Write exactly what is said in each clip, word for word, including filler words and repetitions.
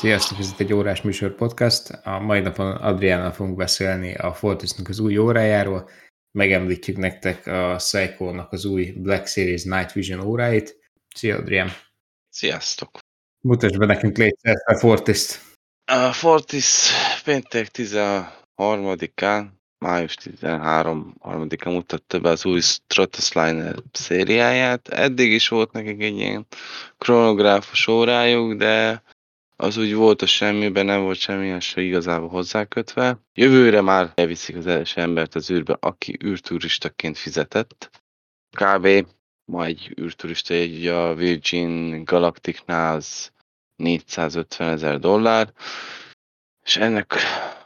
Sziasztok, ez itt egy órás műsor podcast. A mai napon Adriánnal fogunk beszélni a Fortisnak az új órájáról. Megemlítjük nektek a Seiko-nak az új Black Series Night Vision óráit. Szia, Adrián! Sziasztok! Mutasd be nekünk légy a Fortist. A Fortis péntek tizenharmadikán, május tizenharmadikán mutatta be az új Stratosliner szériáját. Eddig is volt nekik egy ilyen kronográfus órájuk, de az úgy volt a semmiben, nem volt semmi se igazából hozzákötve. Jövőre már elviszik az első embert az űrbe, aki űrturistaként fizetett. Kb. Ma egy űrturista egy a Virgin Galacticnál az négyszázötven ezer dollár, és ennek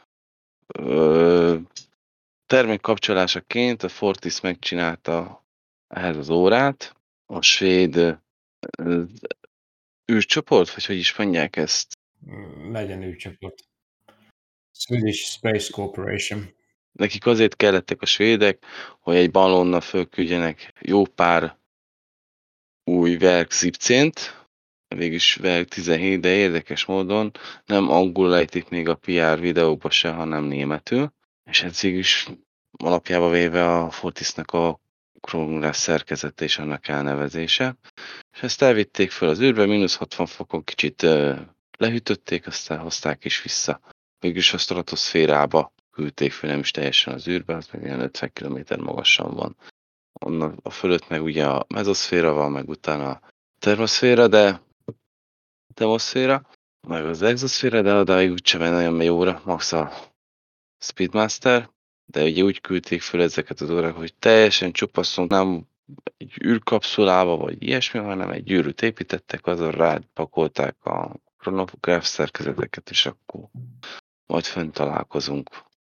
ö, termék kapcsolásaként a Fortis megcsinálta ehhez az órát. A svéd ö, űrcsoport, vagy hogy is mondják ezt? Legyen űrcsoport. Swedish Space Corporation. Nekik azért kellettek a svédek, hogy egy ballonnal fölküldjenek jó pár új Verk Zipcént, végülis Verk tizenhét, de érdekes módon nem angolul ejtik még a pé er videóba se, hanem németül, és ez végülis alapjába véve a Fortisnak a kronograf szerkezete és annak elnevezése. És ezt elvitték föl az űrbe, mínusz hatvan fokon kicsit uh, lehűtötték, aztán hozták is vissza. Végülis a stratoszférába küldték föl, nem is teljesen az űrbe, az meg ilyen ötven kilométer magasan van. Onnan a fölött meg ugye a mezoszféra van, meg utána a termoszféra, de termoszféra, meg az exoszféra, de odáig úgyse megy nagyon mély óra, max a Speedmaster, de ugye úgy küldték föl ezeket az órákat, hogy teljesen csupaszon nem egy űrkapszulába, vagy ilyesmi, hanem egy gyűrűt építettek, azon rápakolták a kronográf szerkezeteket, és akkor majd fönn találkozunk.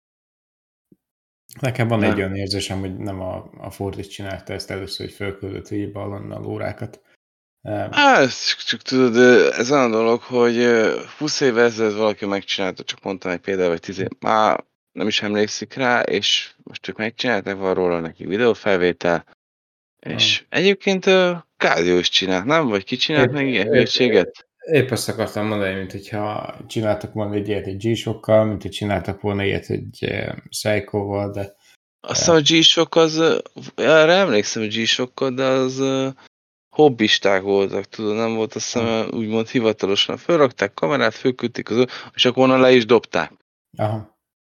Nekem van De. egy olyan érzésem, hogy nem a, a Fortis csinálta ezt először, hogy fölküldött így ballonnal órákat. Hát, csak tudod, ez olyan dolog, hogy húsz évvel ezelőtt valaki megcsinálta, csak mondtam egy például, vagy tíz év, már nem is emlékszik rá, és most ők megcsinálták, van róla neki videófelvétel, és hmm. egyébként Kádió is csinált, nem? Vagy ki csinált épp, meg ilyen épp, hülyeséget? Épp azt akartam mondani, mint hogyha csináltak volna egy ilyet egy G-Shockkal, mint hogy csináltak volna ilyet egy Seiko-val, de... Azt hiszem a G-Shock az, erre emlékszem a G-Shockkal, de az hobbisták voltak, tudod, nem volt azt hiszem úgymond hivatalosan. Fölrakták kamerát, fölküldték az és akkor onnan le is dobták. Aha.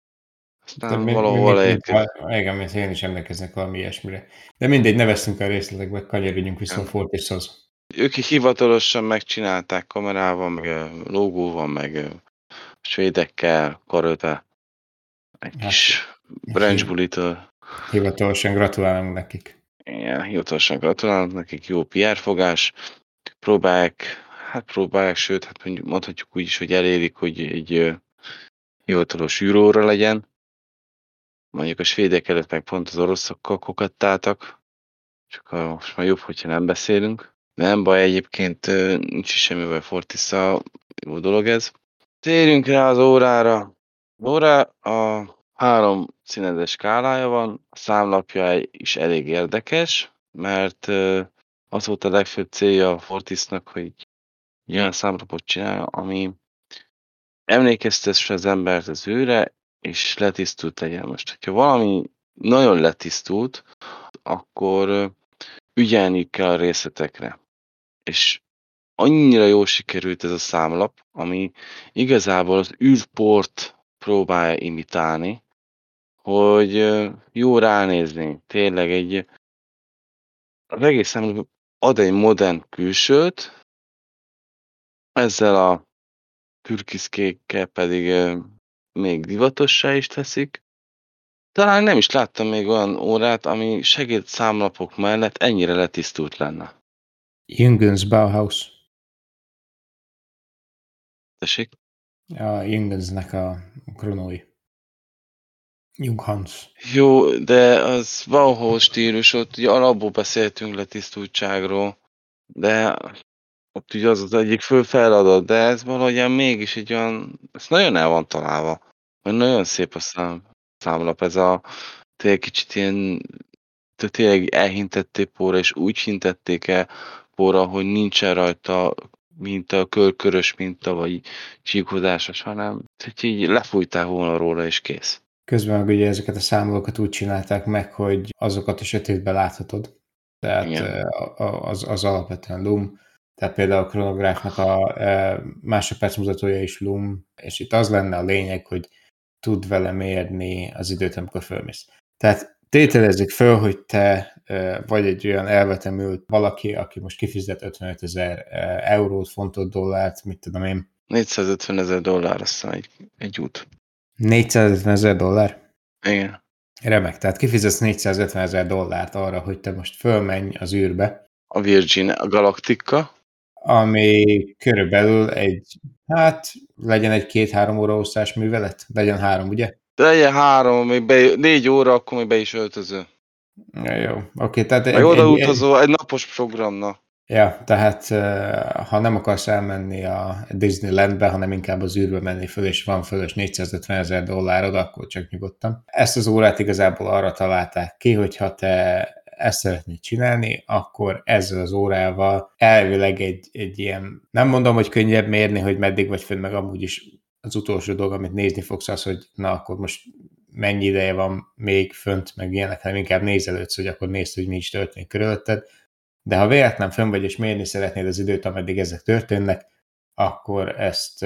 Aztán mi, valahol mi, elérkezett. Igen, mint én is emlékeznek valami ilyesmire. De mindegy, ne vesztünk a részletekbe, kanyarodjunk vissza a Fortishoz. Ők hivatalosan megcsinálták kamerával, meg logóval, meg svédekkel, karöltve. Egy hát, kis branchbulitől. Hivatalosan gratulálunk nekik. Igen, hivatalosan gratulálunk nekik, jó pé er fogás. Próbálják, hát próbálják, sőt, hát mondhatjuk úgy is, hogy elérik, hogy egy hivatalos űróra legyen. Mondjuk a svédek előtt meg pont az oroszokkal kokattáltak. Csak most már jobb, hogyha nem beszélünk. De nem baj, egyébként nincs is semmi baj Fortisszal, jó dolog ez. Térjünk rá az órára. Az óra a három színedes skálája van, a számlapja is elég érdekes, mert az volt a legfőbb célja a Fortisnak, hogy egy olyan számlapot csinálja, ami emlékeztesse az embert az űrre, és letisztult legyen. Most, hogyha valami nagyon letisztult, akkor ügyelni kell a részletekre. És annyira jól sikerült ez a számlap, ami igazából az űrport próbálja imitálni, hogy jó ránézni. Tényleg egy az egész számlap ad egy modern külsőt, ezzel a türkiszkékkel pedig még divatossá is teszik. Talán nem is láttam még olyan órát, ami segéd számlapok mellett ennyire letisztult lenne. Jungens Bauhaus. Tessék? A Jungensnek a kronói. Junghans. Jó, de az Bauhaus stílus, ott ugye alapból beszéltünk letisztultságról, de ott ugye az az egyik fő feladat, de ez valahogyan mégis egy olyan, ez nagyon el van találva, hogy nagyon szép a szám, számlap, ez a tényleg kicsit ilyen, tényleg elhintették póra, és úgy hintették el póra, hogy nincsen rajta minta, körkörös minta, vagy csíkozásos, hanem hogy így lefújtál volna róla, és kész. Közben meg ugye ezeket a számolókat úgy csinálták meg, hogy azokat a sötétben láthatod. Tehát Igen. az, az alapvetően lum. Tehát például a kronográfnak a másodperc mutatója is lum, és itt az lenne a lényeg, hogy tud vele mérni az időt, amikor fölmész. Tehát tételezzük föl, hogy te vagy egy olyan elvetemült valaki, aki most kifizet ötvenöt ezer eurót, fontot, dollárt, mit tudom én. négyszázötven ezer dollár aztán egy, egy út. négyszázötven ezer dollár? Igen. Remek, tehát kifizetsz négyszázötven ezer dollárt arra, hogy te most fölmenj az űrbe. A Virgin a Galactica. Ami körülbelül egy, hát legyen egy két-három óra hosszás művelet, legyen három, ugye? De legyen három, még be, négy óra, akkor még be is öltöző. Ja, jó, oké, tehát Meg egy, egy, egy, odautazó, egy napos programna. ja, tehát ha nem akarsz elmenni a Disneylandbe, hanem inkább az űrbe menni föl, és van fölös négyszázötven ezer dollárod, akkor csak nyugodtan. Ezt az órát igazából arra találták ki, hogyha te ezt szeretnéd csinálni, akkor ezzel az órával elvileg egy, egy ilyen, nem mondom, hogy könnyebb mérni, hogy meddig vagy fönn, meg amúgy is az utolsó dolog, amit nézni fogsz, az, hogy na, akkor most mennyi ideje van még fönt, meg ilyenek, hanem inkább nézelődsz, hogy akkor nézd, hogy mi is történik körülötted. De ha véletlen fönn vagy és mérni szeretnéd az időt, ameddig ezek történnek, akkor ezt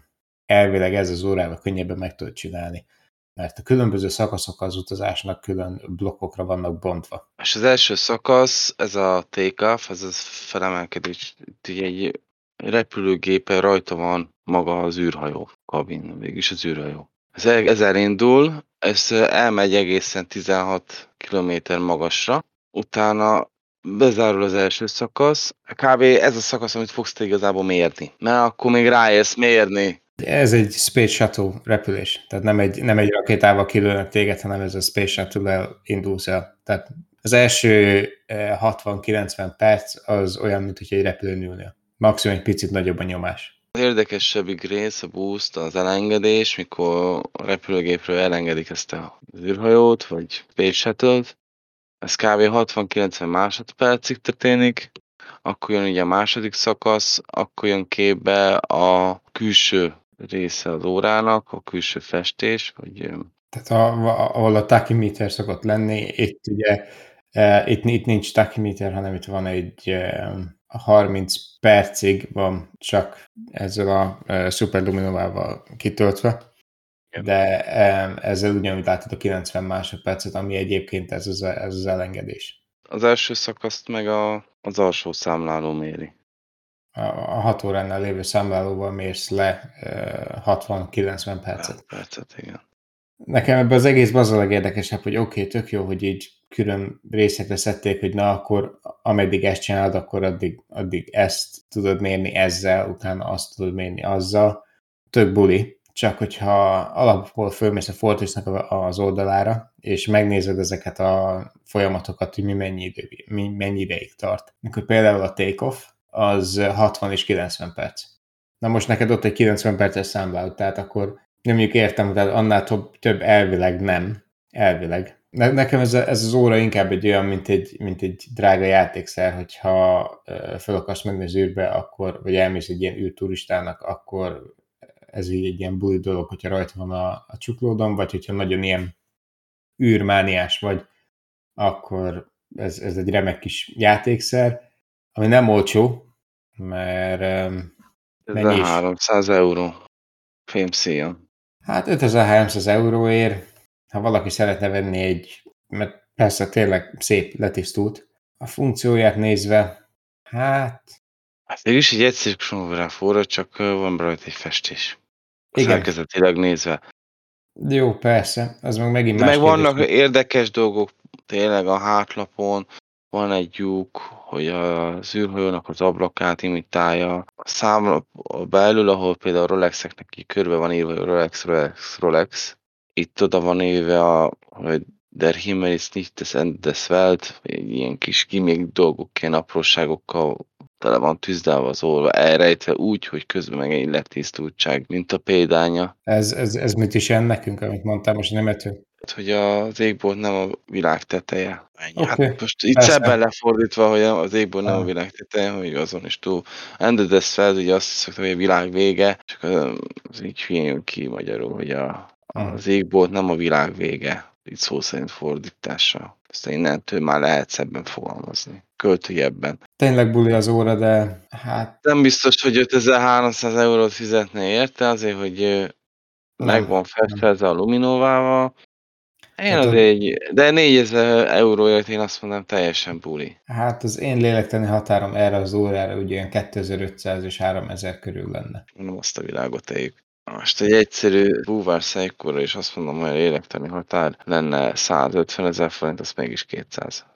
elvileg ez az órával könnyebben meg tudod csinálni. Mert a különböző szakaszok az utazásnak külön blokkokra vannak bontva. És az első szakasz, ez a take-off, ez a felemelkedés. Itt ugye egy repülőgépen rajta van maga az űrhajó kabin, végülis az űrhajó. Ez, ez elindul, ez elmegy egészen tizenhat kilométer magasra, utána bezárul az első szakasz, kb. Ez a szakasz, amit fogsz te igazából mérni. Mert akkor még ráérsz mérni. Ez egy Space Shuttle repülés, tehát nem egy, nem egy rakétával kilőnek téged, hanem ez a Space Shuttle-el indulsz el. Tehát az első hatvan-kilencven perc az olyan, mint hogy egy repülőn ülnél. Maximum egy picit nagyobb a nyomás. Az érdekesebbik rész, a boost, az elengedés, mikor a repülőgépről elengedik ezt az űrhajót, vagy Space Shuttle-t. Ez kb. hatvan-kilencven másodpercig történik, akkor jön ugye a második szakasz, akkor jön képbe a külső része az órának, a külső festés, vagy... Tehát ahol a tachymeter szokott lenni, itt ugye itt, itt nincs tachymeter, hanem itt van egy harminc percig van csak ezzel a szuperluminovával kitöltve, de ezzel ugyanúgy látod a kilencven másodpercet, ami egyébként ez az, ez az elengedés. Az első szakaszt meg a, az alsó számláló méri. A, a hat óránál lévő számlálóval mérsz le hatvan-kilencven percet. Percet, igen. Nekem ebben az egészben az a legérdekesebb, hogy oké, okay, tök jó, hogy így külön részekre szedték, hogy na akkor ameddig ezt csinálod, akkor addig, addig ezt tudod mérni ezzel, utána azt tudod mérni azzal. Tök buli, csak hogyha alapból fölmész a Fortressnak az oldalára, és megnézed ezeket a folyamatokat, hogy mi mennyi, idő, mi mennyi ideig tart. Akkor például a take-off az hatvan és kilencven perc. Na most neked ott egy kilencven perces számlálod, tehát akkor nem mondjuk értem, hogy annál több, több elvileg nem. Elvileg. Ne, nekem ez, a, ez az óra inkább egy olyan, mint egy, mint egy drága játékszer, hogyha fel akarsz menni az űrbe, akkor, vagy elmész egy ilyen űrturistának, akkor ez így egy ilyen buli dolog, hogyha rajta van a, a csuklódon, vagy hogyha nagyon ilyen űrmániás vagy, akkor ez, ez egy remek kis játékszer, ami nem olcsó, mert mennyi is? háromszáz euró. Fémszíjon. Hát ötezer-háromszáz euróért, ha valaki szeretne venni egy, mert persze tényleg szép, letisztult, a funkcióját nézve, hát... Hát mégis egy egyszerű kronográfóra, csak van rajta egy festés. Szerkezetileg nézve. Jó, persze, az meg megint De más meg vannak kérdés. érdekes dolgok, tényleg a hátlapon van egy lyuk, hogy az űrhajónak az ablakát imitálja. A számla belül, ahol például a Rolexeknek így körbe van írva, hogy Rolex, Rolex, Rolex. Itt oda van írva, a, hogy Der Himmel ist nicht das Ende des Welt, ilyen kis kimék dolgok, ilyen apróságokkal tele van tűzdálva az orva, elrejtve úgy, hogy közben meg egy letisztultság, mint a példánya. Ez, ez, ez mit is jön nekünk, amit mondtál most németül? hogy az égbolt nem a világ teteje. Ennyi. Hát Oké, most itt szebben persze. lefordítva, hogy az égbolt nem a Ah, világ teteje, hogy azon is túl. End of the Thread, ugye azt szoktam, hogy a világ vége, csak az, az így hülyén jön ki magyarul, hogy a, hm. az égbolt nem a világ vége, így szó szerint fordítása. Aztán innentől már lehet szebben fogalmazni. Költőjebben. Tényleg buli az óra, de hát Nem biztos, hogy ötezer-háromszáz eurót fizetné érte, azért, hogy ö, meg nem. van festve Nem. ez a luminóvával. Én Tehát azért ott, egy, de négyezer euróért én azt mondom teljesen buli. hát az én lélektani határom erre az órára ugye ilyen kétezer-ötszáz és háromezer körül lenne. Nem azt a világot éljük. Most egy egyszerű búvár Seikóra is azt mondom, hogy a lélektani határ lenne százötven ezer forint, az mégis kétszáz.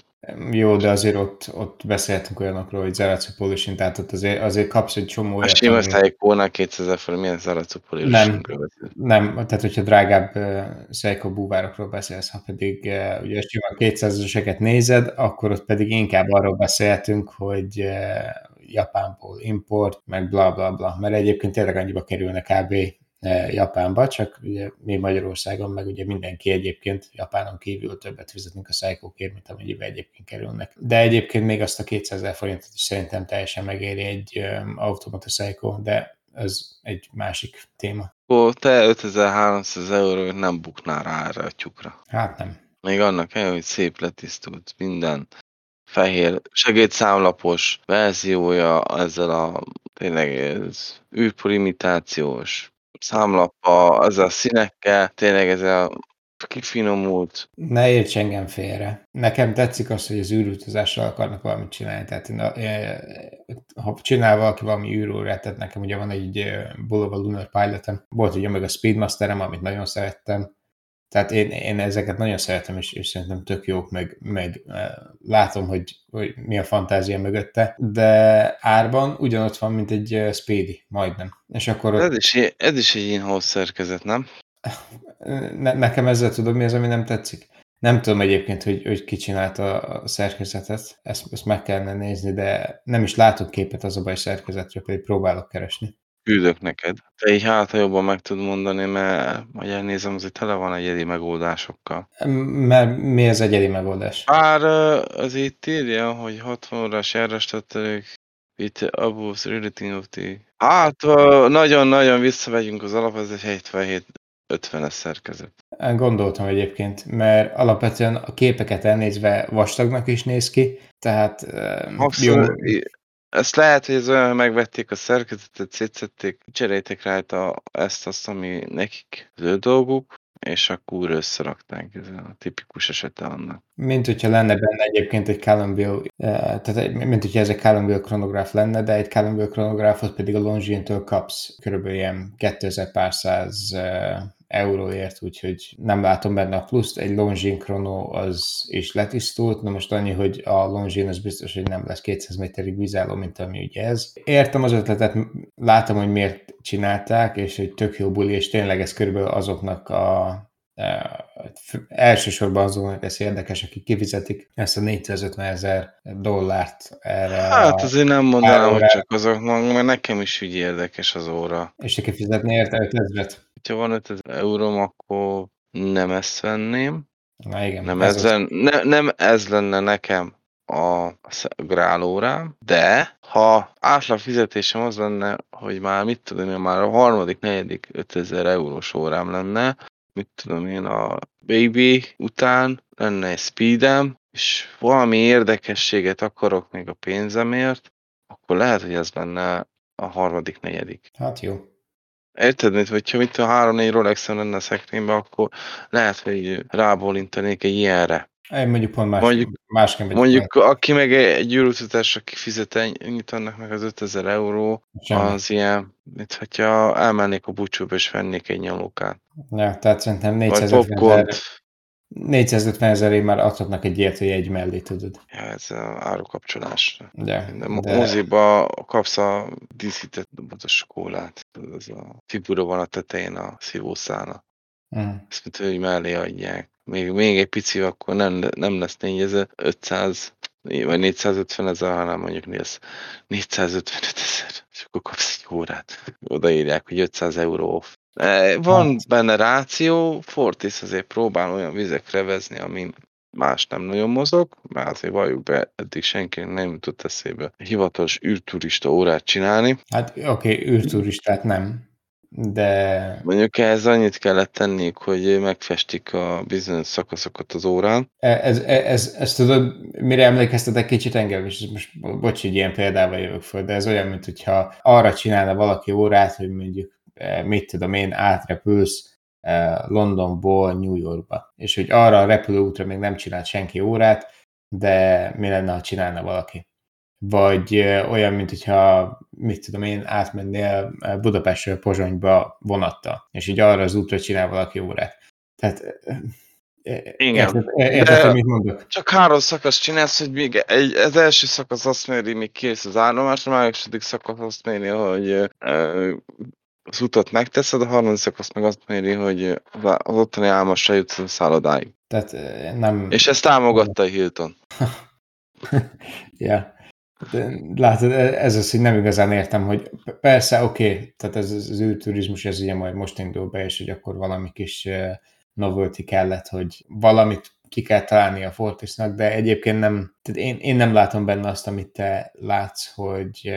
Jó, de azért ott, ott beszéltünk olyanokról, hogy Zeracu Polisin, tehát ott azért, azért kapsz egy csomó A olyat, sima ami Seikónál kétezer forint, milyen Zaracu nem, Polisinről beszél. nem, tehát hogyha drágább uh, Seiko búvárokról beszélsz, ha pedig uh, ugye a sima kétszázaseket nézed, akkor ott pedig inkább arról beszélhetünk, hogy uh, Japánból import, meg bla bla bla, mert egyébként tényleg annyiba kerülne kb. Japánba, csak ugye mi Magyarországon, meg ugye mindenki egyébként Japánon kívül többet fizetünk a Seikókért, mint amennyibe egyébként kerülnek. De egyébként még azt a kétszázezer forintot is szerintem teljesen megéri egy um, automata Seiko, de ez egy másik téma. Akkor te ötezer-háromszáz eurót nem buknál rá erre a tyúkra. Hát nem. Még annak el, hogy szép letisztult minden. Fehér, segédszámlapos verziója ezzel a tényleg ez űrpolimitációs számlappal, ezzel a színekkel, tényleg ez a kifinomult. Ne érts engem félre. Nekem tetszik az, hogy az űrutazással akarnak valamit csinálni. Tehát én, eh, ha csinál valaki valami űrórát, tehát nekem ugye van egy eh, Bulova Lunar Pilotem, volt ugye meg a Speedmasterem, amit nagyon szerettem. Tehát én, én ezeket nagyon szeretem, és, és szerintem tök jók, meg, meg eh, látom, hogy, hogy mi a fantázia mögötte, de árban ugyanott van, mint egy eh, Speedy, majdnem. És akkor Ez ott is, i- ez is egy in-house szerkezet, nem? ne, nekem ezzel tudod, mi az, ami nem tetszik? Nem tudom egyébként, hogy, hogy ki csinálta a szerkezetet, ezt, ezt meg kellene nézni, de nem is látok képet az a baj szerkezetről, pedig próbálok keresni. Küldök neked. Te így hát, ha jobban meg tud mondani, mert majd elnézem, azért tele van egyedi megoldásokkal. Mert mi az egyedi megoldás? Bár ö, az itt írja, hogy hatvan órás járástatterők with above relating of the... Hát ö, nagyon-nagyon visszamegyünk az alap, ez egy hetvenhét ötvenes szerkezet. Gondoltam egyébként, mert alapvetően a képeket elnézve vastagnak is néz ki, tehát em, jó, Maximum, ezt lehet, hogy ez olyan, hogy megvették a szerkezetet, szétszették, cserélték rajta ezt-azt, ami nekik az ő dolguk, és akkor újra összerakták. Ez a tipikus esete annak. mint hogyha lenne benne egyébként egy Callumville, eh, tehát egy- mint hogyha ez egy Callumville kronográf lenne, de egy Callumville kronográfot pedig a Longines-től kapsz körülbelül ilyen kétezer pár száz eh, euróért, úgyhogy nem látom benne a pluszt. Egy Longines Chrono az is letisztult, na most annyi, hogy a Longines az biztos, hogy nem lesz kétszáz méterig vízálló, mint ami ugye ez. Értem az ötletet, látom, hogy miért csinálták, és hogy tök jó buli, és tényleg ez körülbelül azoknak a Uh, elsősorban azonnak lesz érdekes, akik kifizetik ezt a négyszázötven ezer dollárt erre Hát a azért nem mondanám, hogy áróra, csak azoknak, mert nekem is úgy érdekes az óra. és te kifizetni érte ötezret. Ha van ötezer euróm, akkor nem ezt venném. Na igen, Nem ez ez, az. lenne, ne, nem ez lenne nekem a grálórám, de ha átlag fizetésem az lenne, hogy már mit tudom én, már a harmadik, negyedik ötezer eurós órám lenne, mit tudom én, a Baby után lenne egy Speedem, és valami érdekességet akarok még a pénzemért, akkor lehet, hogy ez lenne a harmadik, negyedik. Hát jó. Érted, mint hogyha mit a három-négy Rolexen lenne a szekrényben, akkor lehet, hogy rábólintanék egy ilyenre. Én mondjuk pont más, Mondjuk, másként vagyok vele. mondjuk aki meg egy űrutazásra kifizet ennyit, annak meg az ötezer euró, Semmi. az ilyen, mint hogyha elmennék a búcsúba és vennék egy nyalókát. Ja, tehát szerintem Vagy négyszázötven popcornt. ezer, négyszázötven ezerért már adhatnak egy ilyet, hogy egy mellé, tudod. Ja, ez a árukapcsolás. De, De mo- de moziba kapsz a díszített dobotos kólát. Az a figura van a tetején a szívószála. mm. Ezt mint hogy mellé adják. Még, még egy pici, akkor nem, nem lesz négyezer-ötszáz, vagy négyszázötven ezer, hanem mondjuk lesz négyszázötvenöt ezer. És akkor kapsz egy órát. Odaírják, hogy ötszáz euró off. Van benne ráció, Fortis azért próbál olyan vizekre vezni, amin más nem nagyon mozog, mert azért valljuk be, eddig senki nem jutott eszébe hivatalos űrturista órát csinálni. Hát oké, okay, űrturistát nem, de... Mondjuk ehhez annyit kellett tenniük, hogy megfestik a bizonyos szakaszokat az órán. Ez, ez, ez, ez tudod, mire emlékeztetek kicsit engem is, most bocs, hogy ilyen példával jövök föl, de ez olyan, mint hogyha arra csinálna valaki órát, hogy mondjuk, mit tudom én, átrepülsz Londonból New Yorkba, és hogy arra a repülőútra még nem csinált senki órát, de mi lenne, ha csinálna valaki? Vagy olyan, mint hogyha, mit tudom én, átmennél Budapestről Pozsonyba vonattal, és így arra az útra csinál valaki órát. Tehát érted, érted hogy mit mondok? Csak három szakasz csinálsz, hogy még egy, az első szakasz azt méri, míg kész az állomás, a második szakasz azt méri, hogy az utat megteszed, a harmadik szakasz meg azt méri, hogy az ottani állomásra jutsz a szállodáig. Tehát nem... És ezt támogatta a Hilton. Ja. De látod, ez az, hogy nem igazán értem, hogy persze, oké, okay, tehát ez az űrturizmus, ez ugye majd most indul be, és hogy akkor valami kis novelty kellett, hogy valamit ki kell találni a Fortisnak, de egyébként nem, tehát én, én nem látom benne azt, amit te látsz, hogy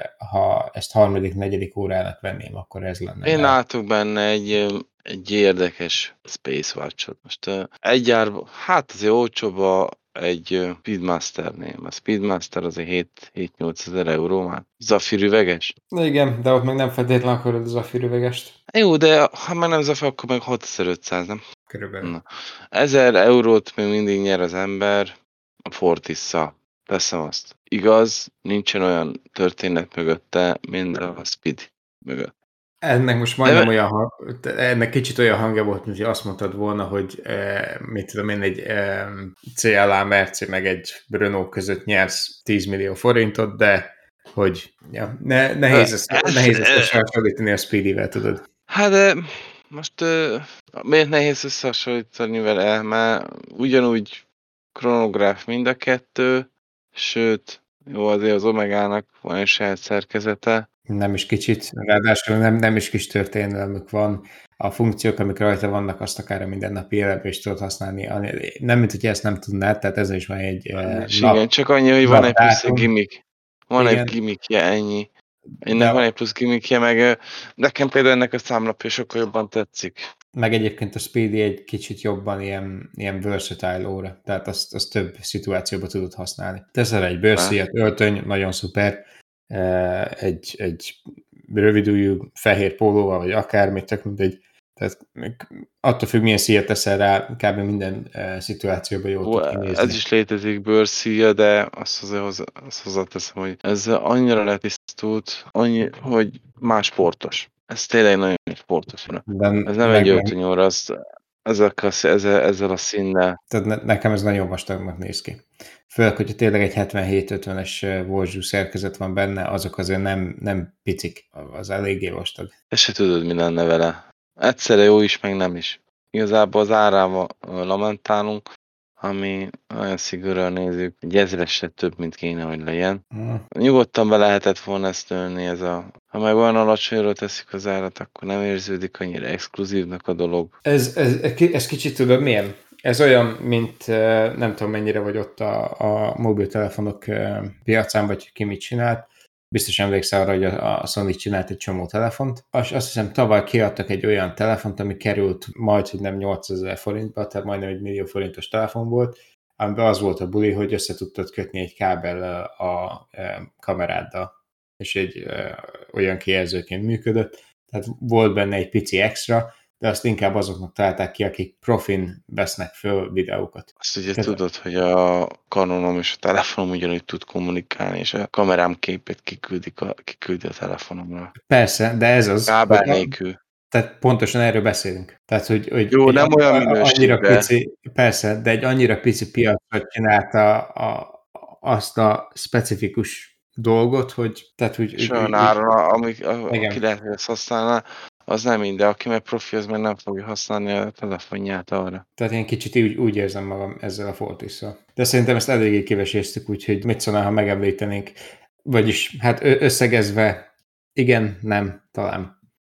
ha ezt harmadik, negyedik órának venném, akkor ez lenne. Én látok benne egy, egy érdekes Space Watch-ot. Most egy árba, hát azért olcsóbb a egy Speedmasternél, mert Speedmaster azért hét-nyolc ezer euró már. Zafir üveges? Igen, de ott meg nem feltétlenül akarod a Zafir üvegest. Jó, de ha már nem Zafir, akkor meg hatezer-ötszáz, nem? Körülbelül. Na. ezer eurót még mindig nyer az ember a Fortissal. Teszem azt. Igaz, nincsen olyan történet mögötte, mint a Speed mögött. Ennek most majdnem olyan, hang, ennek kicsit olyan hangja volt, mint hogy azt mondtad volna, hogy eh, mit tudom én, egy eh, cé el á Merci meg egy Renault között nyersz tíz millió forintot, de hogy ja, ne, nehéz ezt, ez, nehéz ezt összehasonlítani a Speedy-vel, tudod. Hát de most uh, miért nehéz összehasonlítani vele, mert ugyanúgy kronográf mind a kettő, sőt, jó, azért az Omegának van egy saját szerkezete. Nem is kicsit, ráadásul nem, nem is kis történelmük van. A funkciók, amik rajta vannak, azt akár a mindennapi életben is tudod használni. Nem, mint hogy ezt nem tudnád, tehát ez is van egy és nap, igen, csak annyi, hogy van egy plusz gimmick. Van igen. Egy gimmickje, ennyi. Ennek de van egy plusz gimmickje, meg nekem például ennek a számlapja sokkal jobban tetszik. Meg egyébként a Speedy egy kicsit jobban ilyen, ilyen versatile óra, tehát azt, azt több szituációban tudod használni. Teszel egy bőrszíjat, öltöny, nagyon szuper, egy, egy rövidújú fehér pólóval, vagy akármit, csak mindegy. Tehát attól függ, milyen szíjat teszel rá, kb. Minden uh, szituációban jól tud kinézni. Ez is létezik bőrszíja, de azt, hozzá, azt hozzáteszem, hogy ez annyira letisztult, annyi, hogy más sportos. Ez tényleg nagyon sportos. De ez nem egy öltönyóra, az ezzel, ezzel, ezzel a színnel. Tehát ne, nekem ez nagyon vastagnak néz ki. Főleg, hogyha tényleg egy hetvenhét ötvenes volzsú szerkezet van benne, azok azért nem, nem picik, az eléggé vastag. Te se tudod, mi lenne vele. Egyszerre jó is, meg nem is. Igazából az árával lamentálunk, ami olyan szigorúan nézzük, egy ezresre több, mint kéne, hogy legyen. Hmm. Nyugodtan be lehetett volna ezt tölni, ez a... Ha meg olyan alacsonyról teszik az árat, akkor nem érződik annyira exkluzívnak a dolog. Ez, ez, ez kicsit tudod milyen? Ez olyan, mint nem tudom mennyire vagy ott a, a mobiltelefonok piacán, vagy ki mit csinált. Biztos emlékszel arra, hogy a Sony csinált egy csomó telefont. Azt hiszem tavaly kiadtak egy olyan telefont, ami került majd, hogy nem nyolcezer forintba, tehát majdnem egy millió forintos telefon volt, amiben az volt a buli, hogy össze tudtad kötni egy kábellel a kameráddal, és egy olyan kijelzőként működött. Tehát volt benne egy pici extra, de azt inkább azoknak találták ki, akik profin vesznek föl videókat. Azt ugye Tehát tudod, hogy a Canonom és a telefonom ugyanúgy tud kommunikálni, és a kamerám képét kiküldik a, kiküldi a telefonomra. Persze, de ez az... Kábel nélkül. Tehát pontosan erről beszélünk. Tehát, hogy, hogy jó, nem olyan minőségben. Annyira pici, persze, de egy annyira pici piacot csinálta a, azt a specifikus dolgot, hogy... Tehát, hogy és olyan áron, amik, aki lehet, hogy ezt használná, az nem minden, aki meg profi, az meg nem fogja használni a telefonját arra. Tehát én kicsit úgy, úgy érzem magam ezzel a Fortissal. De szerintem ezt eléggé kiveséztük, úgyhogy mit szólnál, ha megemlítenénk. Vagyis, hát összegezve, igen, nem, talán.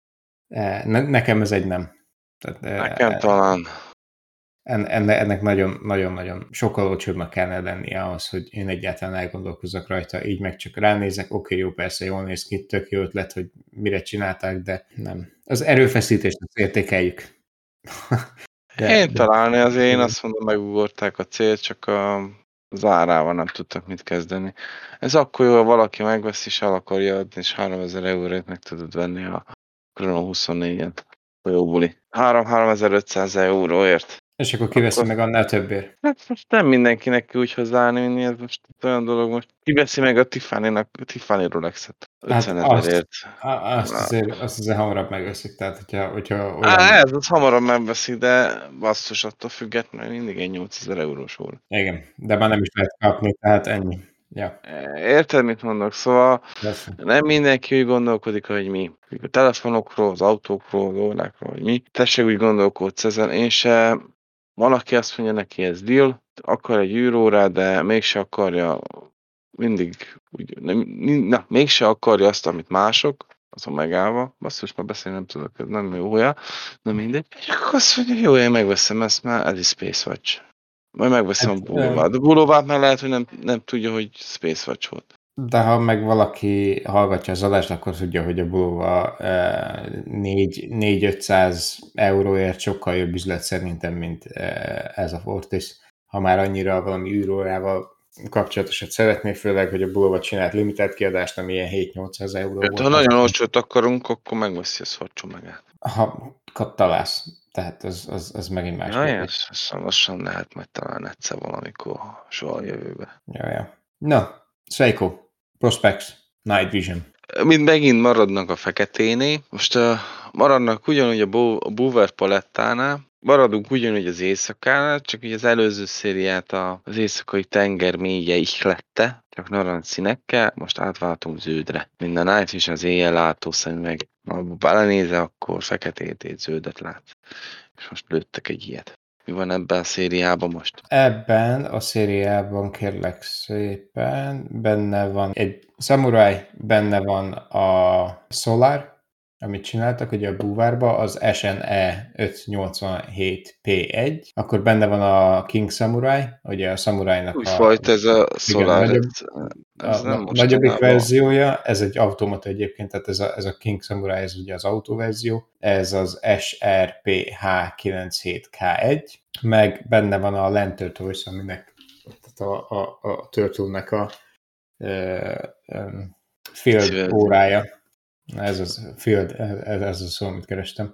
Ne, nekem ez egy nem. Tehát, Nekem talán. Ennek nagyon-nagyon sokkal olcsóbbnak kellene lennie ahhoz, hogy én egyáltalán elgondolkozzak rajta, így meg csak ránézek, oké, okay, jó, persze, jól néz ki, tök jó ötlet, hogy mire csinálták, de nem. Az erőfeszítést értékeljük. De, én de, találni azért én azt mondom, megugorták a célt, csak a az árával nem tudtak mit kezdeni. Ez akkor jó, ha valaki megvesz és el akarja adni, és háromezer eurót meg tudod venni a Chrono huszonnégyen. Jó buli. három-háromezer-ötszáz euróért. És akkor kiveszi akkor... meg annál többért. Hát most nem mindenkinek úgy hozzáállni, ez most olyan dolog, most kiveszi meg a Tiffany-nak, a Tiffany Rolexet ötvenezerért. Hát azt, azt, azért, azt azért hamarabb megveszik, tehát hogyha, hogyha olyan... Á, ez az hamarabb megveszik, de basszus, attól függetlenül mindig egy nyolcezer eurós óra. Igen, de már nem is lehet kapni, tehát ennyi. Ja. Érted, mit mondok? Szóval Persze. Nem mindenki úgy gondolkodik, hogy mi. A telefonokról, az autókról, az órákról, hogy mi. Tessék úgy gondolkodsz ezen. Én se... Van, aki azt mondja neki, ez deal, akar egy űrórá, de mégse akarja mindig, úgy, nem, na, mégse akarja azt, amit mások, azon megállva, basszus, már beszélni nem tudok, ez nem jó olyan, na mindegy. És akkor azt mondja, jó, én megveszem ezt, már ez is Space Watch. Majd megveszem hát, a Bulóvát. A Bulóvát már lehet, hogy nem, nem tudja, hogy Space Watch volt. De ha meg valaki hallgatja az adást, akkor tudja, hogy a Bulova négy-ötszáz euróért sokkal jobb üzlet szerintem, mint ez a Fortis. Ha már annyira valami űrórával kapcsolatosat szeretné, főleg, hogy a Bulova csinált limitált kiadást, ami ilyen hét-nyolcszáz euró volt. Ha nagyon olcsót akarunk, akkor megveszi a szorcsomagát. Ha találsz. Tehát az, az, az megint más. Ja, ez, ez lassan lehet majd talán egyszer valamikor soha a jövőbe. Ja, ja. Na, Seiko, Prospex, Night Vision. Mind megint maradnak a feketénél. Most uh, maradnak ugyanúgy a, Bo- a Bover palettánál, maradunk ugyanúgy az éjszakánál, csak ugye az előző szériát az éjszakai tenger mélye ihlette, csak narancs színekkel, most átváltunk zöldre. Mind a Night Vision az éjjel látószemüveg. Ha belenézel, akkor feketét, zöldet látsz. És most lőttek egy ilyet. Mi van ebben a szériában most? Ebben a szériában kérlek szépen benne van egy Samurai, benne van a Solar, amit csináltak ugye a búvárba, az es en e ötszáznyolcvanhét pé egy, akkor benne van a King Samurai, ugye a Samurai-nak a... Újfajta ez a Solar, igen, nagyobb, ez, ez a, a nagyobbik verziója, ez egy automata egyébként, tehát ez a, ez a King Samurai, ez ugye az autóverzió, ez az es er pé há kilencvenhét ká egy, meg benne van a Land Turtle, aminek tehát a, a, a Turtle-nek a uh, um, field órája. Ez az field, ez, ez a szó, amit kerestem.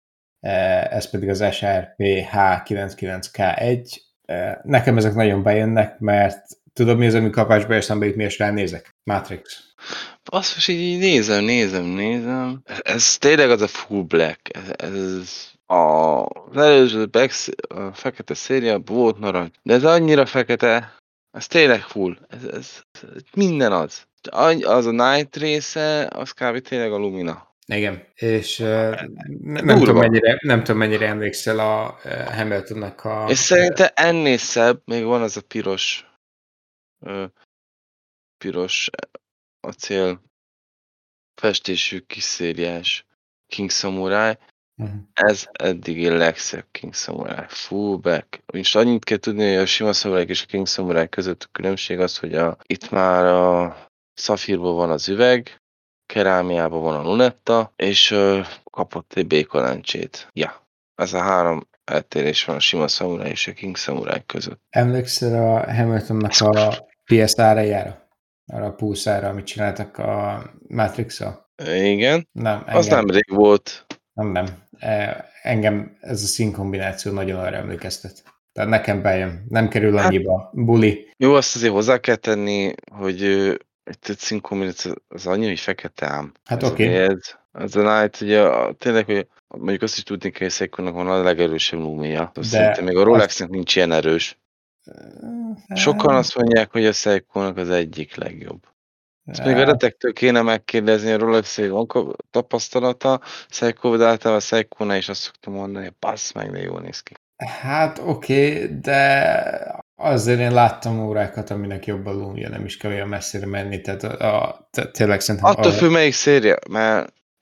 Ez pedig az es er pé há kilencvenkilenc ká egy. Nekem ezek nagyon bejönnek, mert tudod mi az, ami kapásba eszembe jut, mi és ránézek? Matrix. Azt most így nézem, nézem, nézem. Ez tényleg az a full black. Ez, ez a, az előző black, a fekete széria volt narancs. De ez annyira fekete, ez tényleg full. Ez, ez, ez minden az. Az a Night része, az kb. Tényleg a Lumina. Igen, és uh, nem, tudom, mennyire, nem tudom, mennyire emlékszel a uh, Hamiltonnak a... És szerintem ennél szebb, még van az a piros uh, piros acél festésű kis szériás King Samurai. Uh-huh. Ez eddig a legszebb King Samurai. Fullback. És annyit kell tudni, hogy a sima Samurai és a King Samurai között a különbség az, hogy a, itt már a szafírból van az üveg, kerámiában van a lunetta, és uh, kapott egy békolencsét. Ja, ez a három eltérés van a sima Samurai és a King Samurai között. Emlékszel a Hamiltonnak a pé es árajára? Arra a pulszára, amit csináltak a Matrix-a? Igen. Nem, engem, az nem rég volt. Nem, nem. Engem ez a színkombináció nagyon arra emlékeztet. Tehát nekem bejön. Nem kerül annyiba. Hát, buli. Jó, azt azért hozzá kell tenni, hogy egy színkombináció az annyi, hogy fekete ám. Hát oké. Okay. Ez, ez a Night, ugye tényleg, hogy mondjuk azt is tudni kell, hogy Seiko-nak van a legerősebb lumia. Szerintem még a Rolexnek azt... nincs ilyen erős. Sokan azt mondják, hogy a Seiko-nak az egyik legjobb. Ezt még a retektől kéne megkérdezni, a Rolex-ig van tapasztalata, Seiko, de általában a Seiko-nál is azt szoktam mondani, hogy passz meg, de jól néz ki. Hát oké, okay, de azért én láttam órákat, aminek jobb a lumia, nem is kell olyan messzire menni, tehát a, a, tényleg szerintem... Attól függ, melyik széria, mert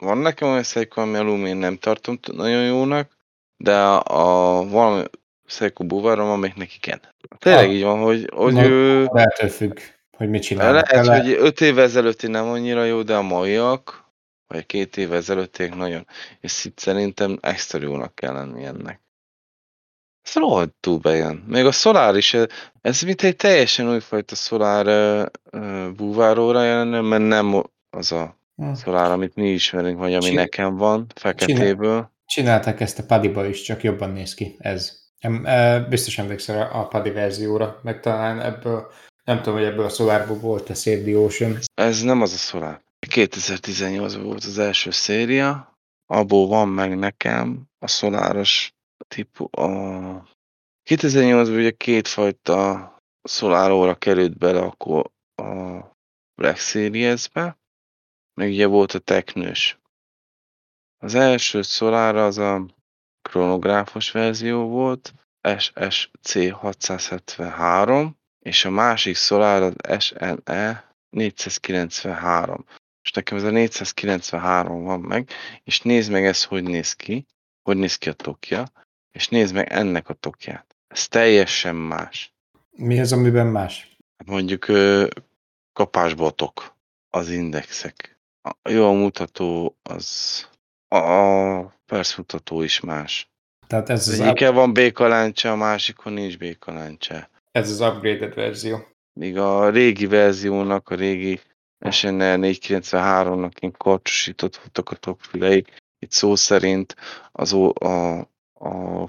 van nekem olyan Seiko, ami alul én nem tartom nagyon jónak, de a, a valami Seiko búvárom, amelyik neki igen. Tényleg így van, hogy, hogy ő... Ettől függ, hogy mit csinálnak Lehet, vele. hogy öt évvel ezelőtti nem annyira jó, de a maiak, vagy két évvel ezelőttiek nagyon. És itt szerintem extra jónak kell lenni ennek. Ez rohadtul bejön. Még a Solar is, ez mint egy teljesen újfajta Solar uh, uh, búváróra jelenne, mert nem az a Hm. Solar, amit mi ismerünk, vagy ami Csin- nekem van, feketéből. Csinálták ezt a Padiba is, csak jobban néz ki ez. Nem, biztos emlékszel a Padi verzióra, meg talán ebből, nem tudom, hogy ebből a Solarból volt a Save the Ocean. Ez nem az a Solar. kétezer-tizennyolcban volt az első széria, abból van meg nekem a Solaros típus. A kétezer-nyolcban ugye kétfajta Solaróra került bele akkor a Black Series-be, meg ugye volt a teknős. Az első Solar az a kronográfos verzió volt, es es cé hatszázhetvenhárom, és a másik Solar az es en e négyszázkilencvenhárom. Most nekem ez a négyszázkilencvenhárom van meg, és nézd meg ez, hogy néz ki, hogy néz ki a tokja, és nézd meg ennek a tokját. Ez teljesen más. Mi az, amiben más? Mondjuk ö, kapásbotok, az indexek. A jó a mutató, az a percmutató is más. Tehát ez az, Egyikkel van békaláncsa, a másikon nincs békaláncsa. ez az upgraded verzió. Míg a régi verziónak, a régi es en e négyszázkilencvenháromnak én karcsúsított voltak a tokfülei. Itt szó szerint az o, a, a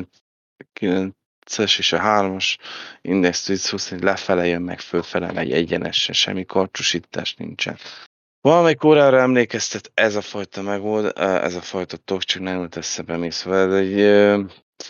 kilences és a hármas indextől szó szerint lefele jön, meg fölfele megy egyenesen, semmi karcsúsítás nincsen. Valamelyik órára emlékeztet ez a fajta megold, ez a fajta tok, csak nem jut eszebe mi, szóval ez egy,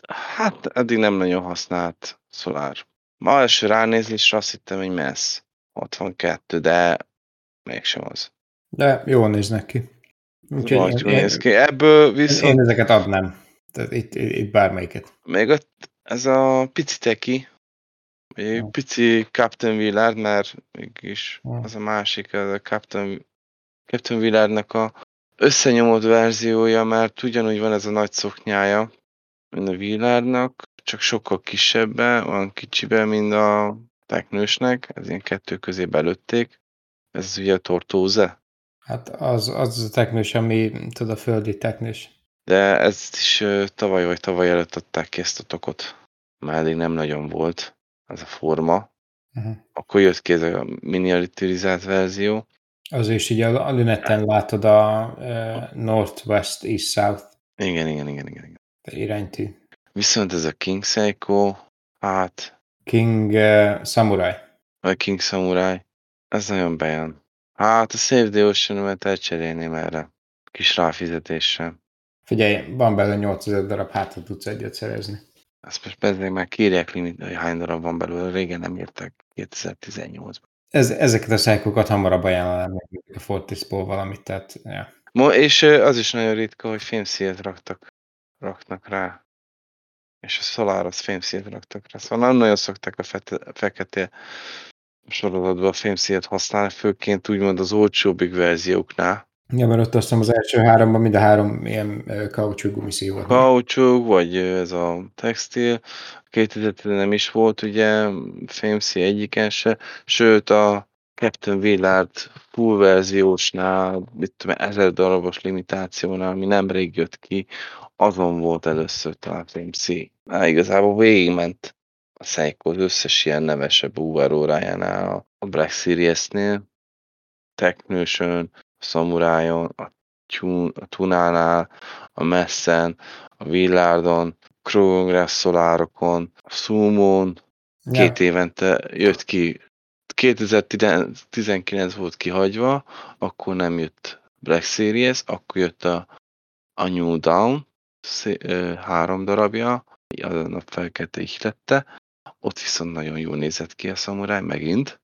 hát eddig nem nagyon használt Solar. Ma első ránézésre azt hittem, hogy messz hatvankettő, de mégsem az. De jól néznek ki. Úgyhogy én, én, néz ki. Ebből viszont... én ezeket adnám. Tehát itt, itt bármelyiket. Még ott ez a pici teki, vagy egy pici Captain Willard, mert mégis az a másik, az a Captain, Captain Willardnak a összenyomott verziója, mert ugyanúgy van ez a nagy szoknyája, mint a Willardnak, csak sokkal kisebben, olyan kicsiben, mint a teknősnek, ez ilyen kettő közé belőtték. Ez ugye a Tortóze. Hát az, az a teknős, ami tud a földi teknős. De ezt is uh, tavaly vagy tavaly előtt adták ki ezt a tokot. Már eddig nem nagyon volt ez a forma. Uh-huh. Akkor jött ki ez a miniaturizált verzió. Az is így a, a lünetten látod a uh, Northwest, East, South. Igen, igen, igen, igen. igen. Iránytű. Viszont ez a King Seiko, hát... King uh, Samurai. Vagy King Samurai. Ez nagyon bejön. Hát a Save the Ocean-ömet elcserélném erre. Kis ráfizetéssel. Figyelj, van belőle nyolcezer darab, hát ha tudsz egyet szerezni. Azt most bezzeg már kérják limit, hogy hány darab van belőle, régen nem írták kétezer-tizennyolcban. Ez, ezeket a szájkokat hamarabb ajánlanám meg a Fortisból valamit, tehát ja. Mo, és az is nagyon ritka, hogy fémszíjat raktak, raknak rá. És a Solar az fémszíjat raktak rá. Szóval nem nagyon szokták a fete, fekete sorozatban a fémszíjat használni, főként úgymond az olcsóbbik verzióknál. Ja, mert ott azt hiszem az első háromban mind a három ilyen kaucsú gumiszíj volt. Kaucsú, vagy ez a textil. kétezer-tízben nem is volt ugye fémszíj egyiken se, sőt a Captain Willard full verziósnál, mit tudom, ezer darabos limitációnál, ami nemrég jött ki, azon volt először talán fémszíj. Hát igazából végigment a Seiko az összes ilyen nevesebb búvárórájánál, a Black Series-nél, Teknősön, a Samuraion, a, Tun- a Tunánál, a Messen, a Willardon, Chronograph Solarokon, a Sumon, ja. Két évente jött ki. kétezer-tizenkilenc volt kihagyva, akkor nem jött Black Series, akkor jött a, a New Dawn, három darabja, azon a fekete ihlette, ott viszont nagyon jól nézett ki a Samurai, megint.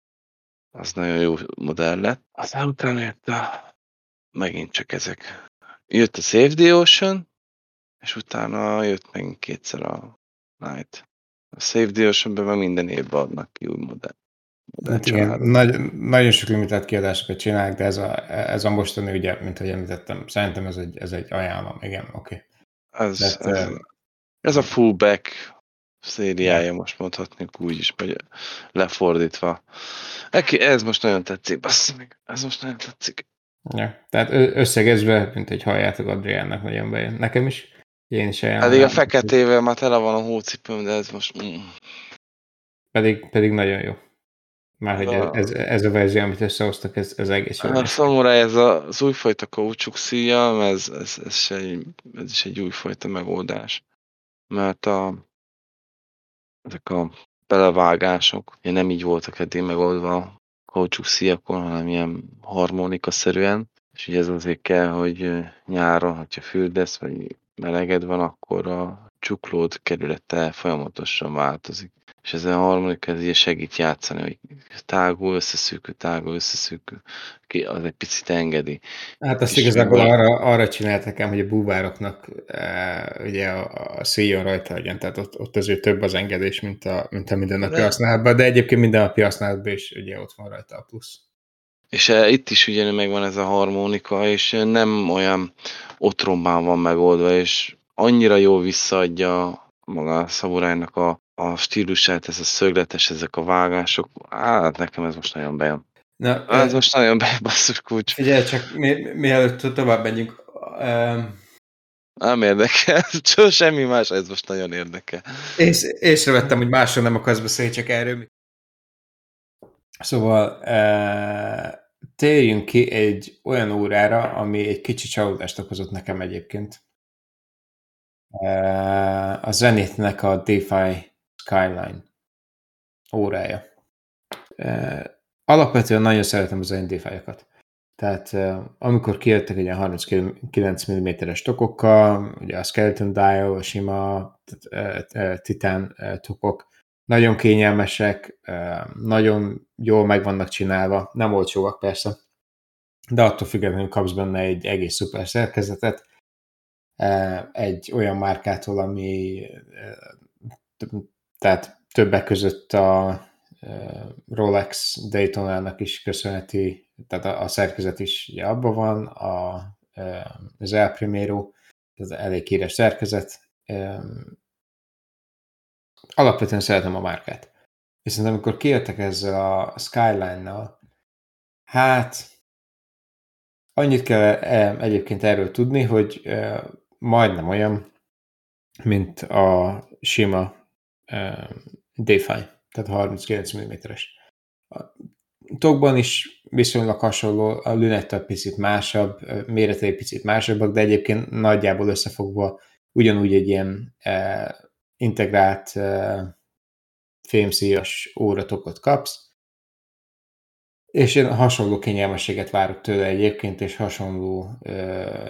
Az nagyon jó modell lett. Aztán utána jött a... megint csak ezek. Jött a Save the Ocean, és utána jött megint kétszer a Night. A Save the Ocean-ben meg minden évben adnak ki új modell. De Hát igen, család. nagy, nagyon sok limitált kiadásokat csinálnak, de ez a, ez a mostani, ugye, mint ahogy említettem, szerintem ez egy, ez egy ajánlom, igen, oké. Okay. Ez, Tehát, ez, uh, ez a fullback szériája, ja. most mondhatnék úgy is, vagy lefordítva. Eki, ez most nagyon tetszik, bassza meg. Ez most nagyon tetszik. Ja. Tehát összegezve, mint egy halljátok, Adriánnak nagyon bejön. Nekem is. Én is Pedig a ajánlanám. feketével már tele van a hócipőm, de ez most... Mm. Pedig, pedig nagyon jó. Márhogy ez, A, ez, ez a verzió, amit összehoztak, ez, ez egész jól a néz ki. szamuráj, ez a, az újfajta kaucsuk szíjam, ez, ez, ez, se egy, ez is egy újfajta megoldás. Mert a, ezek a belevágások ugye nem így voltak eddig megoldva a kaucsuk szíjakon, hanem ilyen harmonikaszerűen. És ugye ez azért kell, hogy nyáron, hogyha fürdesz, vagy meleged van, akkor a csuklód kerülete folyamatosan változik. És ez a harmonika ez így segít játszani, hogy tágul, összeszűkül, tágul, összeszűkül, ki az egy picit engedi. Hát Itt azt is igazából végül, arra, arra csináltak el, hogy a búvároknak e, ugye a, a szíjon rajta legyen, tehát ott, ott azért több az engedés, mint a, mint a mindennapi de, használatban, de egyébként mindennapi használatban is ugye ott van rajta a plusz. és eh, itt is ugye megvan ez a harmonika, és eh, nem olyan otromban van megoldva, és annyira jól visszaadja maga a szamurájnak a, a stílusát, ez a szögletes, ezek a vágások. Hát nekem ez most nagyon bejön. Na, Ez e, most nagyon bejön, basszus kulcs. figyelj csak, mi, mielőtt tovább menjünk, e, Nem érdekel, csak semmi más, ez most nagyon érdekel. ész, észrevettem, hogy másról nem akarsz beszélni, csak erről. Szóval e, térjünk ki egy olyan órára, ami egy kicsi csalódást okozott nekem egyébként. E, a Zenithnek a DeFi Skyline órája. E, alapvetően nagyon szeretem az N DeFi-okat. Tehát e, amikor kijöttek egy ilyen harminckilenc milliméteres tokokkal, ugye a Skeleton Dial, a sima e, e, Titan e, tokok, nagyon kényelmesek, e, nagyon jól meg vannak csinálva, nem olcsóak persze, de attól függetlenül kapsz benne egy egész szuper szerkezetet, e, egy olyan márkától, ami e, tehát többek között a Rolex Daytonának is köszönheti, tehát a, a szerkezet is ugye abban van, a, az El Primero, ez elég híres szerkezet. Alapvetően szeretem a márkát. Viszont amikor kijöttek ezzel a Skyline-nal, hát annyit kell egyébként erről tudni, hogy majdnem olyan, mint a sima DeFi, tehát a harminckilenc milliméteres. A tokban is viszonylag hasonló, a lünettel picit másabb, méretei picit másabbak, de egyébként nagyjából összefogva ugyanúgy egy ilyen eh, integrált eh, fémszíjas óratokot kapsz, és én hasonló kényelmességet várok tőle egyébként, és hasonló eh,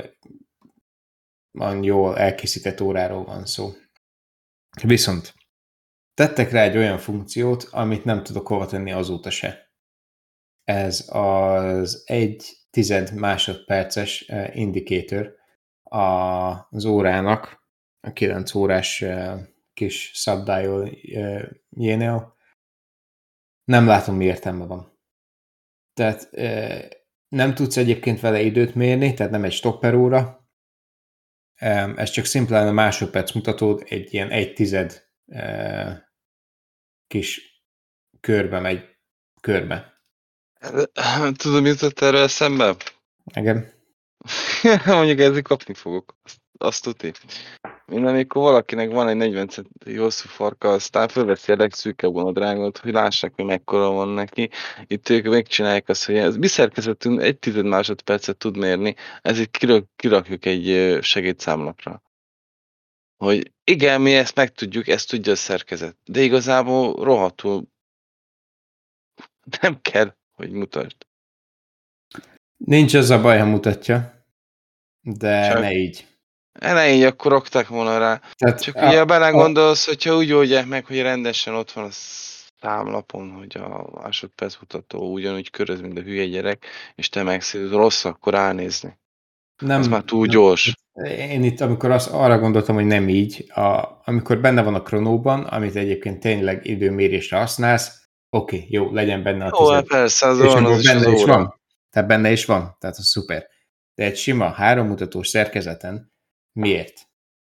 jól elkészített óráról van szó. Viszont tettek rá egy olyan funkciót, amit nem tudok hova tenni azóta se. Ez az egy tized másodperces indicator az órának, a kilenc órás kis subdial-jénél. Nem látom, mi értelme van. Tehát nem tudsz egyébként vele időt mérni, tehát nem egy stopper óra. Ez csak szimplán a másodperc mutatód egy ilyen egy tized kis körbe megy, körbe. Tudod, mi jutott erről eszembe? Igen. Mondjuk ezzel kapni fogok. Azt, azt tudni. Mint amikor valakinek van egy negyven centi hosszú farka, aztán fölveszi a legszűkebb vonadrágot, hogy lássák, hogy mekkora van neki. Itt ők megcsinálják azt, hogy ez mi szerkezetünk egy tized másodpercet tud mérni, ezért kirak, kirakjuk egy segédszámlapra. Hogy igen, mi ezt megtudjuk, ezt tudja a szerkezet. De igazából rohadtul nem kell, hogy mutasd. Nincs az a baj, ha mutatja, de Csak ne így. ne így akkor rakták volna rá. Tehát Csak a, ugye a, belegondolsz, hogyha úgy oldják meg, hogy rendesen ott van a számlapon, hogy a másodperc mutató ugyanúgy köröz, mint a hülye gyerek, és te megszívod, rossz akkor ránézni. Az már nem, túl nem, gyors. én itt, amikor azt, arra gondoltam, hogy nem így, a, amikor benne van a kronóban, amit egyébként tényleg időmérésre használsz, Oké, okay, jó, legyen benne a Jó, hát tized. persze, az És van, az akkor is az benne is óra. van? Tehát benne is van? Tehát az szuper. De egy sima hárommutatós szerkezeten miért?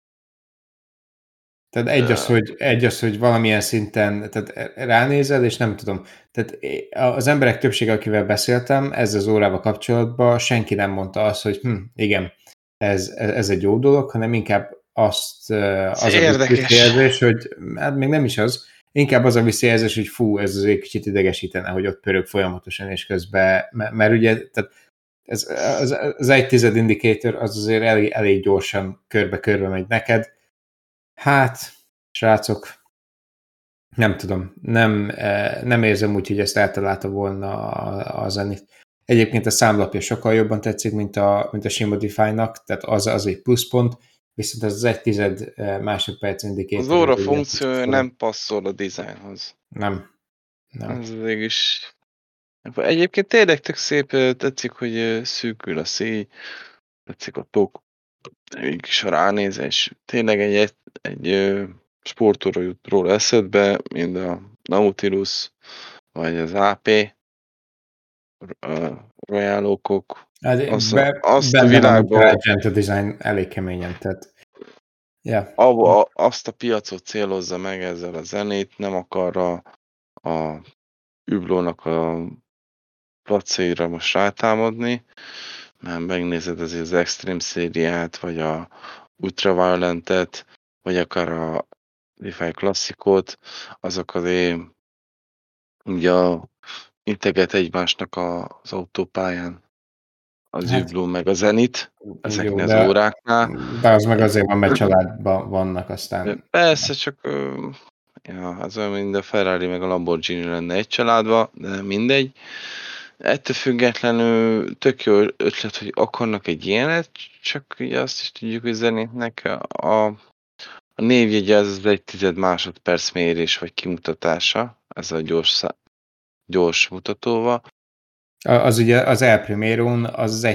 Tehát egy az, hogy, egy az, hogy valamilyen szinten, tehát ránézel, és nem tudom. Tehát az emberek többsége, akivel beszéltem ezzel az órával kapcsolatban, senki nem mondta azt, hogy hm, igen, ez, ez egy jó dolog, hanem inkább azt, Ez az a érdekes. visszajelzés, hogy hát még nem is az, inkább az a visszajelzés, hogy fú, ez azért kicsit idegesítene, hogy ott pörög folyamatosan, és közben, mert, mert ugye, tehát ez, az, az egy tized indicator az azért elég, elég gyorsan körbe-körbe megy neked. Hát, srácok, nem tudom, nem, nem érzem úgy, hogy ezt eltalálta volna a, a Zenith. Egyébként a számlapja sokkal jobban tetszik, mint a, mint a sima Defy-nak, tehát az, az egy pluszpont, viszont az, az egy tized másodperc Az indikátor, óra az egy ilyen kicsit funkciója fura. nem passzol a dizájnhoz. Nem, nem. Ez mégis... Egyébként tényleg tök szép, tetszik, hogy szűkül a szély, tetszik a tok, mégis a ránézés. Tényleg egy, egy sportóra jut róla eszedbe, mint a Nautilus, vagy az á pé, a Royal Oak-ok. Hát Azt, a- be, azt a benne van a világban, Magenta Design elég keményen, tehát yeah. a, azt a piacot célozza meg ezzel a zenét, nem akar a, a Hublot-nak a placéra most rátámadni, mert megnézed azért az Extreme szériát, vagy a Ultraviolentet, vagy akár a Defy klasszikot, azok azért ugye integet egymásnak az autópályán az Hát Hublot meg a Zenit jó, ezeknél az de, óráknál. de az meg azért van, mert családban vannak, aztán Persze, csak ö, ja, az olyan, mint a Ferrari meg a Lamborghini lenne egy családba, de mindegy. Ettől függetlenül tök jó ötlet, hogy akarnak egy ilyenet, csak ugye azt is tudjuk, hogy Zenitnek a, a névjegye az az egy tized másodperc mérés vagy kimutatása, ez a gyors, szá- gyors mutatóval. az ugye az El Primero-n az az egy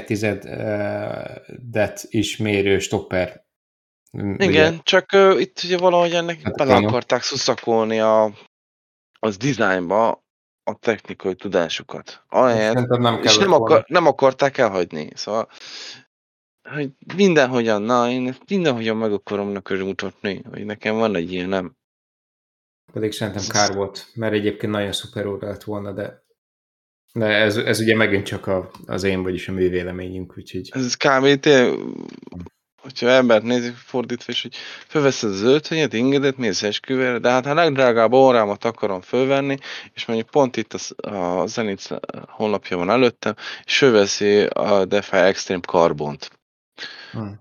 tizedet is mérő stopper. Ugye, Igen, csak uh, itt ugye valahogy ennek hát a bele Chrono. akarták szuszakolni a, az dizájnba a technikai tudásukat. Ahelyett, Szerintem nem és nem, kellett volna. akar, nem akarták elhagyni. Szóval, hogy mindenhogyan, na, én ezt mindenhogyan meg akarom neked mutatni, hogy nekem van egy ilyen, nem. Pedig szerintem Ez, kár volt, mert egyébként nagyon szuper óra lett volna, de, de ez, ez ugye megint csak a, az én, vagyis a mi véleményünk, úgyhogy ez kb. Tényleg, hogyha embert nézik fordítva, és hogy fölveszed az öltönyet, ingedet, mész esküvőre, de hát ha legdrágább órámat akarom fölvenni, és mondjuk pont itt a, a Zenit honlapja van előttem, és fölveszi a Defy Extreme Carbont. hm.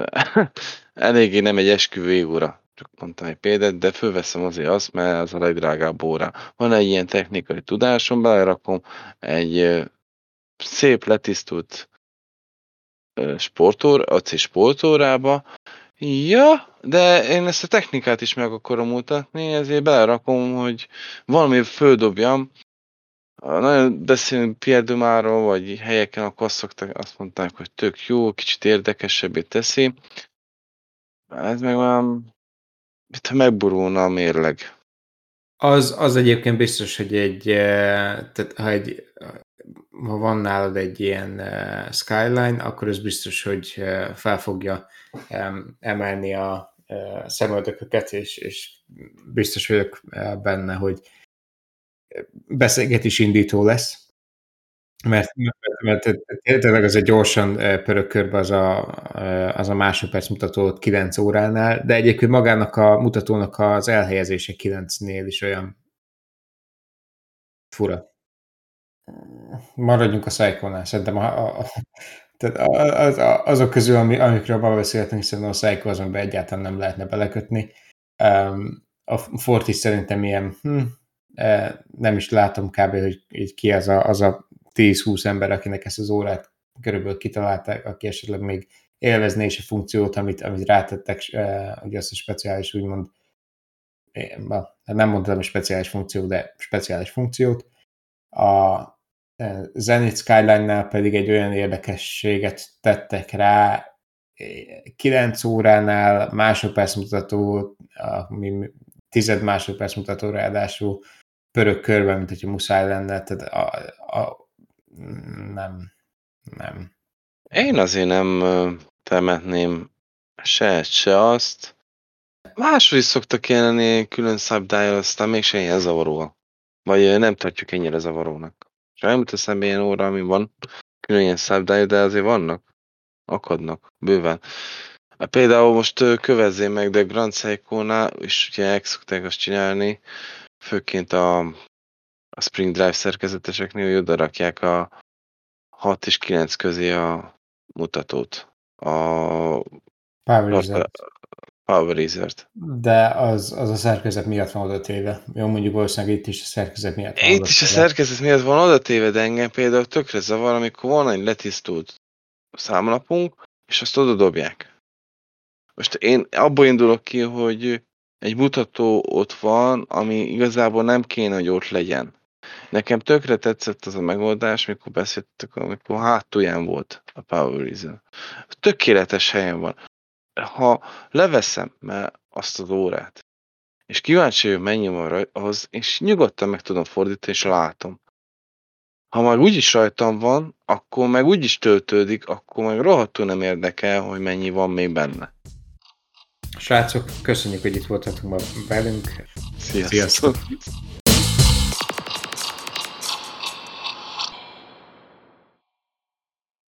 Eléggé nem egy esküvői óra, csak mondtam egy példát, de fölveszem azért azt, mert az a legdrágább óra. Van egy ilyen technikai tudásom, belerakom egy ö, szép letisztult ö, sportóra, aci sportórába. Ja, de én ezt a technikát is meg akarom mutatni, ezért belerakom, hogy valami földobjam. Nagyon beszélünk Pierre Dumáról, vagy helyeken, akkor azt, szokták, azt mondták, hogy tök jó, kicsit érdekesebbé teszi. Ez meg olyan, mintha megborulna a mérleg. Az, az egyébként biztos, hogy egy, eh, tehát ha egy, ha van nálad egy ilyen eh, Skyline, akkor ez biztos, hogy eh, fel fogja em, emelni a eh, szemöldököket, és, és biztos vagyok eh, benne, hogy beszélgetés indító lesz. Mert, mert, mert tényleg az egy gyorsan eh, pörög körbe az a, eh, az a másodperc mutató kilenc óránál, de egyébként magának a mutatónak az elhelyezése kilencnél is olyan fura. Maradjunk a Psycho-nál, szerintem a, a, a, tehát az, az, azok közül, ami, amikről ma beszélhetünk, szerintem a Psycho azon be egyáltalán nem lehetne belekötni. Um, a Fortis szerintem ilyen, hm, eh, nem is látom kb. Hogy így ki az a, az a tíz-húsz ember, akinek ezt az órát körülbelül kitalálták, aki esetleg még élvezné is a funkciót, amit, amit rátettek, eh, ugye azt a speciális, úgymond, eh, nem mondtam, hogy speciális funkció, de speciális funkciót. A Zenith Skyline-nál pedig egy olyan érdekességet tettek rá, kilenc óránál másodperc mutató, ami tized másodperc mutató ráadásul, pörög körben, mint hogyha muszáj lenne, tehát a, a, nem, nem. Én azért nem temetném se ezt, se azt. Máshogy is szoktak jelenni külön subdial, aztán mégsem ilyen zavaró. Vagy nem tartjuk ennyire zavarónak. És nem jut eszembe ilyen óra, ami van külön ilyen subdial, de azért vannak. Akadnak, bőven. Például most kövezzél meg, de Grand Seiko-nál is ugye el szokták azt csinálni, főként a, a Spring Drive szerkezeteseknél, hogy oda rakják a hat és kilenc közé a mutatót. A Power Power Razert. De az, az a szerkezet miatt van oda téve. Jó, mondjuk valószínűleg itt is a szerkezet miatt van Itt oda is a téve. szerkezet miatt van oda téve, de engem például tökre zavar, amikor van egy letisztult számlapunk, és azt oda dobják. Most én abból indulok ki, hogy egy mutató ott van, ami igazából nem kéne, hogy ott legyen. Nekem tökre tetszett az a megoldás, mikor beszéltük, amikor hátulján volt a Power Razer. Tökéletes helyen van. Ha leveszem mert azt az órát, és kíváncsi vagyok, mennyi van rajta, és nyugodtan meg tudom fordítani, és látom. Ha már úgyis rajtam van, akkor meg úgyis töltődik, akkor meg rohadtul nem érdekel, hogy mennyi van még benne. Srácok, köszönjük, hogy itt voltatok ma velünk. Sziasztok! Sziasztok.